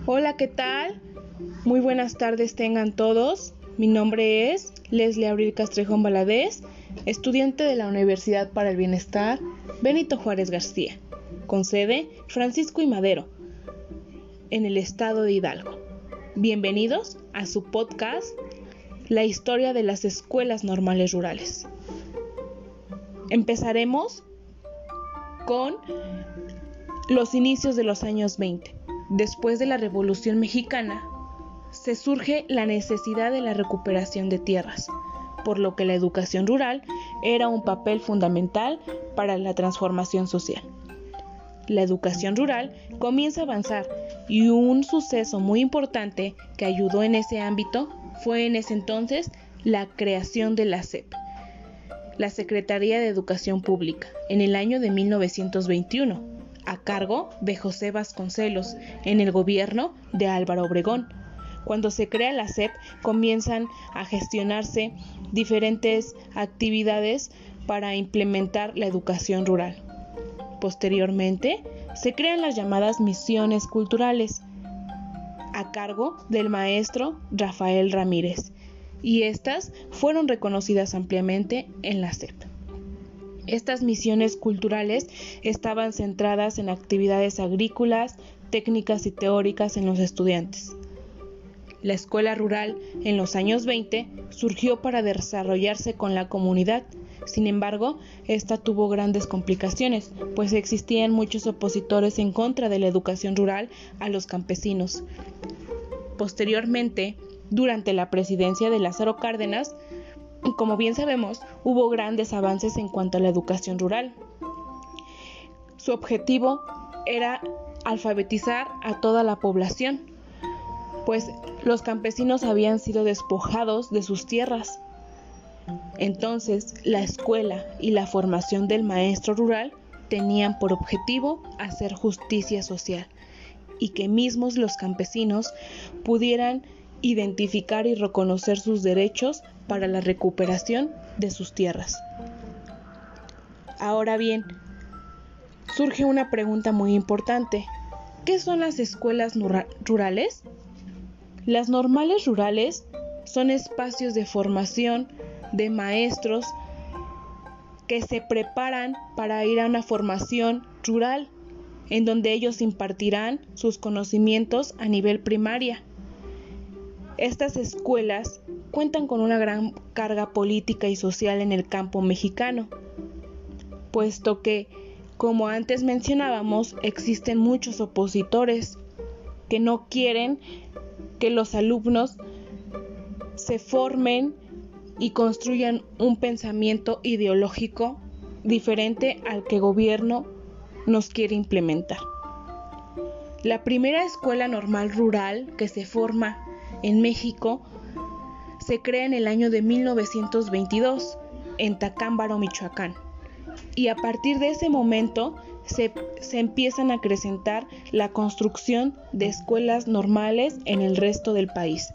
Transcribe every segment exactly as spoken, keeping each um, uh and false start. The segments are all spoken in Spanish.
Hola, ¿qué tal? Muy buenas tardes tengan todos. Mi nombre es Leslie Abril Castrejón Valadez, estudiante de la Universidad para el Bienestar Benito Juárez García, con sede Francisco I. Madero, en el estado de Hidalgo. Bienvenidos a su podcast, La historia de las escuelas normales rurales. Empezaremos con los inicios de los años veinte. Después de la Revolución Mexicana, se surge la necesidad de la recuperación de tierras, por lo que la educación rural era un papel fundamental para la transformación social. La educación rural comienza a avanzar y un suceso muy importante que ayudó en ese ámbito fue en ese entonces la creación de la S E P, la Secretaría de Educación Pública, en el año de mil novecientos veintiuno, a cargo de José Vasconcelos, en el gobierno de Álvaro Obregón. Cuando se crea la S E P, comienzan a gestionarse diferentes actividades para implementar la educación rural. Posteriormente, se crean las llamadas misiones culturales, a cargo del maestro Rafael Ramírez, y estas fueron reconocidas ampliamente en la S E P. Estas misiones culturales estaban centradas en actividades agrícolas, técnicas y teóricas en los estudiantes. La escuela rural en los años veinte surgió para desarrollarse con la comunidad. Sin embargo, esta tuvo grandes complicaciones, pues existían muchos opositores en contra de la educación rural a los campesinos. Posteriormente, durante la presidencia de Lázaro Cárdenas, como bien sabemos, hubo grandes avances en cuanto a la educación rural. Su objetivo era alfabetizar a toda la población, pues los campesinos habían sido despojados de sus tierras. Entonces, la escuela y la formación del maestro rural tenían por objetivo hacer justicia social y que mismos los campesinos pudieran identificar y reconocer sus derechos para la recuperación de sus tierras. Ahora bien, surge una pregunta muy importante. ¿Qué son las escuelas rurales? Las normales rurales son espacios de formación de maestros que se preparan para ir a una formación rural, en donde ellos impartirán sus conocimientos a nivel primaria. Estas escuelas cuentan con una gran carga política y social en el campo mexicano, puesto que, como antes mencionábamos, existen muchos opositores que no quieren que los alumnos se formen y construyan un pensamiento ideológico diferente al que el gobierno nos quiere implementar. La primera escuela normal rural que se forma en México se crea en el año de mil novecientos veintidós en Tacámbaro, Michoacán, y a partir de ese momento se, se empiezan a acrecentar la construcción de escuelas normales en el resto del país.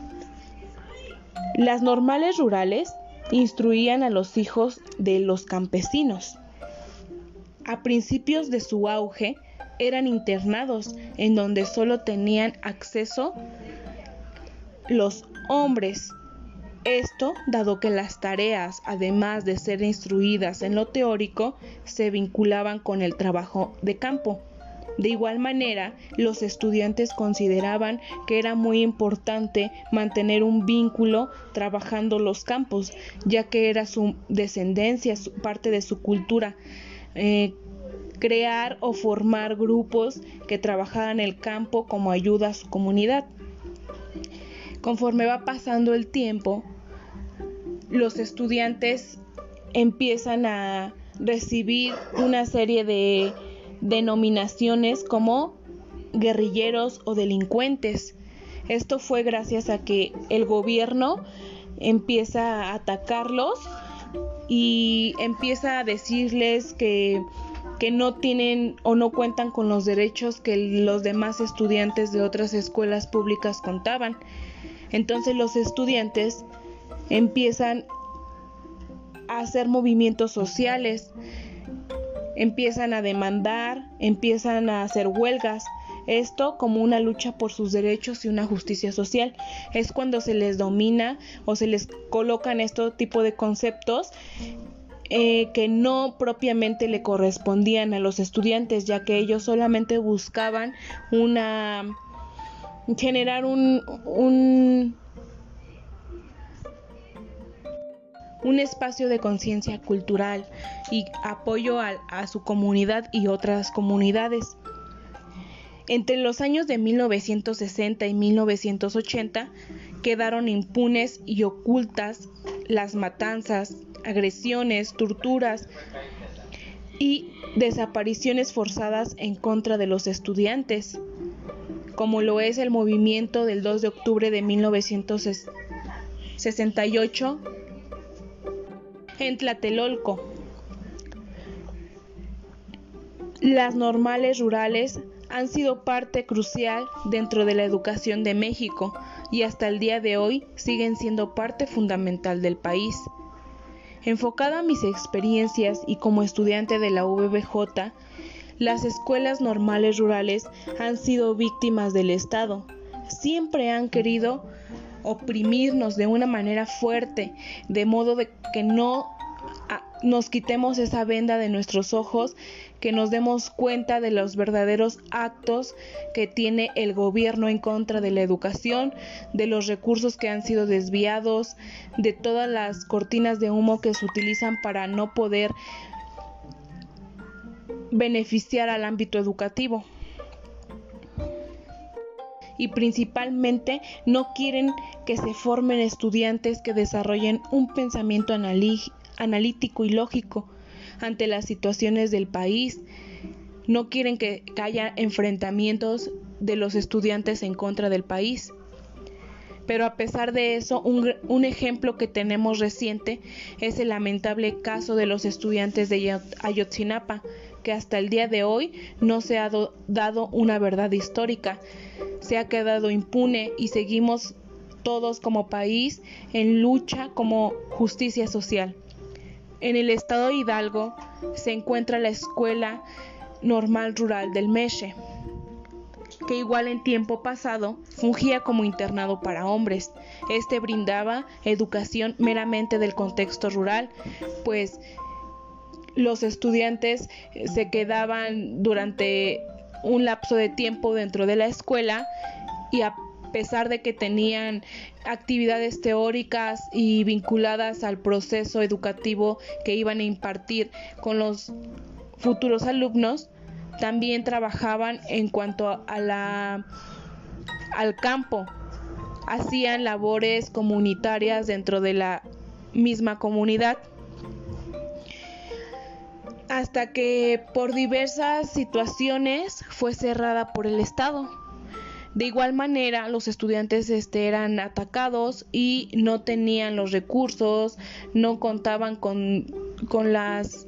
Las normales rurales instruían a los hijos de los campesinos. A principios de su auge eran internados en donde solo tenían acceso los hombres. Esto dado que las tareas, además de ser instruidas en lo teórico, se vinculaban con el trabajo de campo. De igual manera, los estudiantes consideraban que era muy importante mantener un vínculo trabajando los campos, ya que era su descendencia, su, parte de su cultura. Eh, crear o formar grupos que trabajaran el campo como ayuda a su comunidad. Conforme va pasando el tiempo, los estudiantes empiezan a recibir una serie de denominaciones como guerrilleros o delincuentes. Esto fue gracias a que el gobierno empieza a atacarlos y empieza a decirles que, que no tienen o no cuentan con los derechos que los demás estudiantes de otras escuelas públicas contaban. Entonces los estudiantes empiezan a hacer movimientos sociales, empiezan a demandar, empiezan a hacer huelgas. Esto como una lucha por sus derechos y una justicia social. Es cuando se les domina o se les colocan este tipo de conceptos eh, que no propiamente le correspondían a los estudiantes, ya que ellos solamente buscaban una generar un, un un espacio de conciencia cultural y apoyo a, a su comunidad y otras comunidades. Entre los años de mil novecientos sesenta y mil novecientos ochenta quedaron impunes y ocultas las matanzas, agresiones, torturas y desapariciones forzadas en contra de los estudiantes, como lo es el movimiento del dos de octubre de mil novecientos sesenta y ocho en Tlatelolco. Las normales rurales han sido parte crucial dentro de la educación de México y hasta el día de hoy siguen siendo parte fundamental del país. Enfocada a mis experiencias y como estudiante de la U V B J, las escuelas normales rurales han sido víctimas del Estado. Siempre han querido oprimirnos de una manera fuerte, de modo de que no a, nos quitemos esa venda de nuestros ojos, que nos demos cuenta de los verdaderos actos que tiene el gobierno en contra de la educación, de los recursos que han sido desviados, de todas las cortinas de humo que se utilizan para no poder beneficiar al ámbito educativo. Y principalmente no quieren que se formen estudiantes que desarrollen un pensamiento analí- analítico y lógico ante las situaciones del país. No quieren que haya enfrentamientos de los estudiantes en contra del país. Pero a pesar de eso, un, un ejemplo que tenemos reciente es el lamentable caso de los estudiantes de Ayotzinapa, que hasta el día de hoy no se ha do, dado una verdad histórica. Se ha quedado impune y seguimos todos como país en lucha como justicia social. En el estado de Hidalgo se encuentra la Escuela Normal Rural del Meche, que igual en tiempo pasado fungía como internado para hombres. Este brindaba educación meramente del contexto rural, pues los estudiantes se quedaban durante un lapso de tiempo dentro de la escuela y a pesar de que tenían actividades teóricas y vinculadas al proceso educativo que iban a impartir con los futuros alumnos, también trabajaban en cuanto a la, al campo. Hacían labores comunitarias dentro de la misma comunidad, hasta que por diversas situaciones fue cerrada por el Estado. De igual manera, los estudiantes este, eran atacados y no tenían los recursos, no contaban con, con las...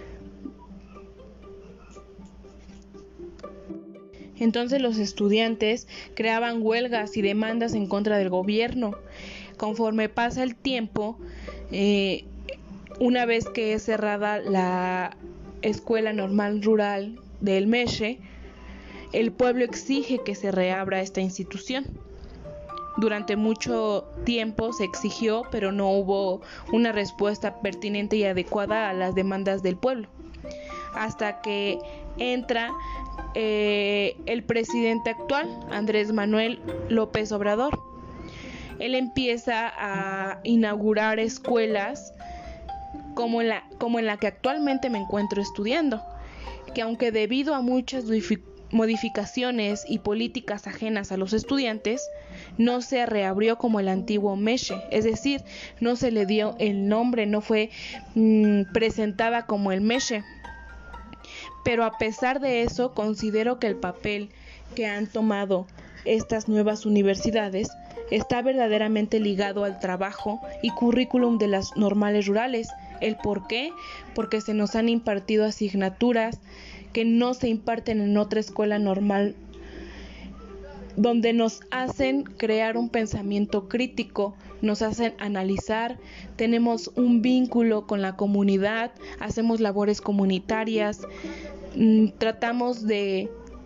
Entonces los estudiantes creaban huelgas y demandas en contra del gobierno. Conforme pasa el tiempo, eh, una vez que es cerrada la Escuela Normal Rural del Meche, el pueblo exige que se reabra esta institución. Durante mucho tiempo se exigió, pero no hubo una respuesta pertinente y adecuada a las demandas del pueblo. Hasta que entra eh, el presidente actual, Andrés Manuel López Obrador. Él empieza a inaugurar escuelas como en la, como en la que actualmente me encuentro estudiando, que aunque debido a muchas modificaciones y políticas ajenas a los estudiantes, no se reabrió como el antiguo Meche, es decir, no se le dio el nombre, no fue mmm, presentada como el Meche. Pero a pesar de eso, considero que el papel que han tomado estas nuevas universidades está verdaderamente ligado al trabajo y currículum de las normales rurales. ¿El por qué? Porque se nos han impartido asignaturas que no se imparten en otra escuela normal, donde nos hacen crear un pensamiento crítico, nos hacen analizar, tenemos un vínculo con la comunidad, hacemos labores comunitarias, mmm, tratamos de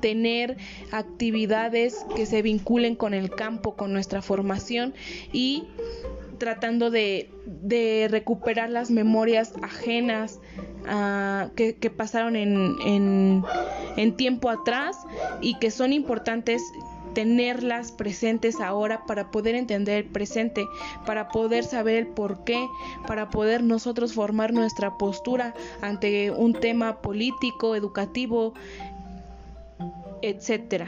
tener actividades que se vinculen con el campo, con nuestra formación, y tratando de, de recuperar las memorias ajenas uh, que, que pasaron en, en, en tiempo atrás y que son importantes tenerlas presentes ahora para poder entender el presente, para poder saber el porqué, para poder nosotros formar nuestra postura ante un tema político, educativo, etcétera.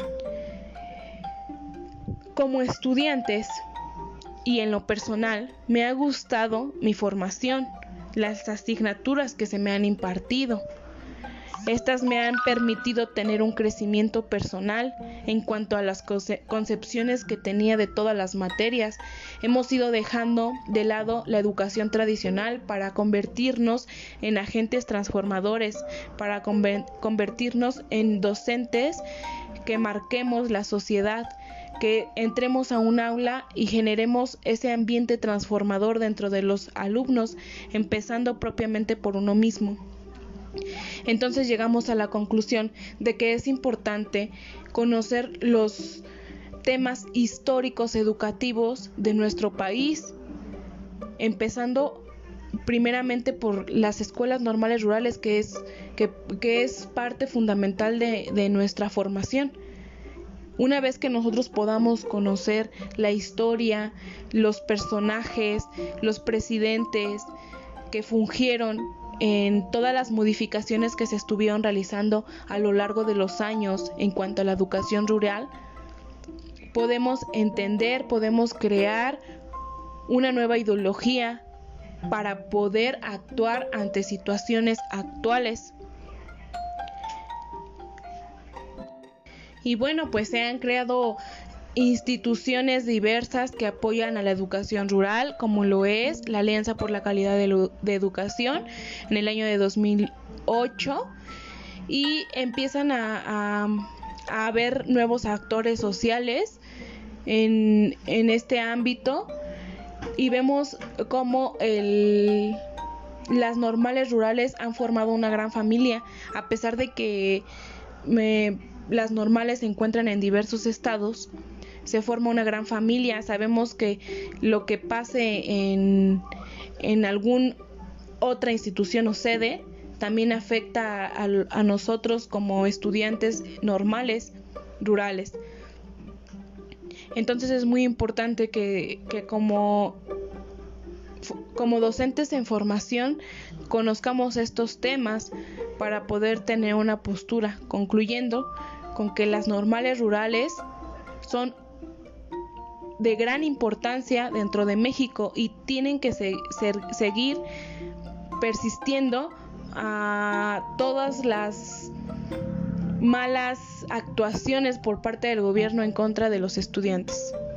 Como estudiantes y en lo personal, me ha gustado mi formación, las asignaturas que se me han impartido. Estas me han permitido tener un crecimiento personal en cuanto a las concepciones que tenía de todas las materias. Hemos ido dejando de lado la educación tradicional para convertirnos en agentes transformadores, para convertirnos en docentes que marquemos la sociedad, que entremos a un aula y generemos ese ambiente transformador dentro de los alumnos, empezando propiamente por uno mismo. Entonces llegamos a la conclusión de que es importante conocer los temas históricos educativos de nuestro país, empezando primeramente por las escuelas normales rurales, que es, que, que es parte fundamental de, de nuestra formación. Una vez que nosotros podamos conocer la historia, los personajes, los presidentes que fungieron en todas las modificaciones que se estuvieron realizando a lo largo de los años en cuanto a la educación rural, podemos entender, podemos crear una nueva ideología para poder actuar ante situaciones actuales. Y bueno, pues se han creado instituciones diversas que apoyan a la educación rural, como lo es la Alianza por la Calidad de, de Educación en el año de dos mil ocho, y empiezan a, a, a haber nuevos actores sociales en, en este ámbito, y vemos cómo el, las normales rurales han formado una gran familia, a pesar de que me, las normales se encuentran en diversos estados. Se forma una gran familia. Sabemos que lo que pase en, en alguna otra institución o sede también afecta a, a nosotros como estudiantes normales rurales. Entonces es muy importante que, que como, como docentes en formación conozcamos estos temas para poder tener una postura, concluyendo con que las normales rurales son de gran importancia dentro de México y tienen que se, ser, seguir persistiendo a todas las malas actuaciones por parte del gobierno en contra de los estudiantes.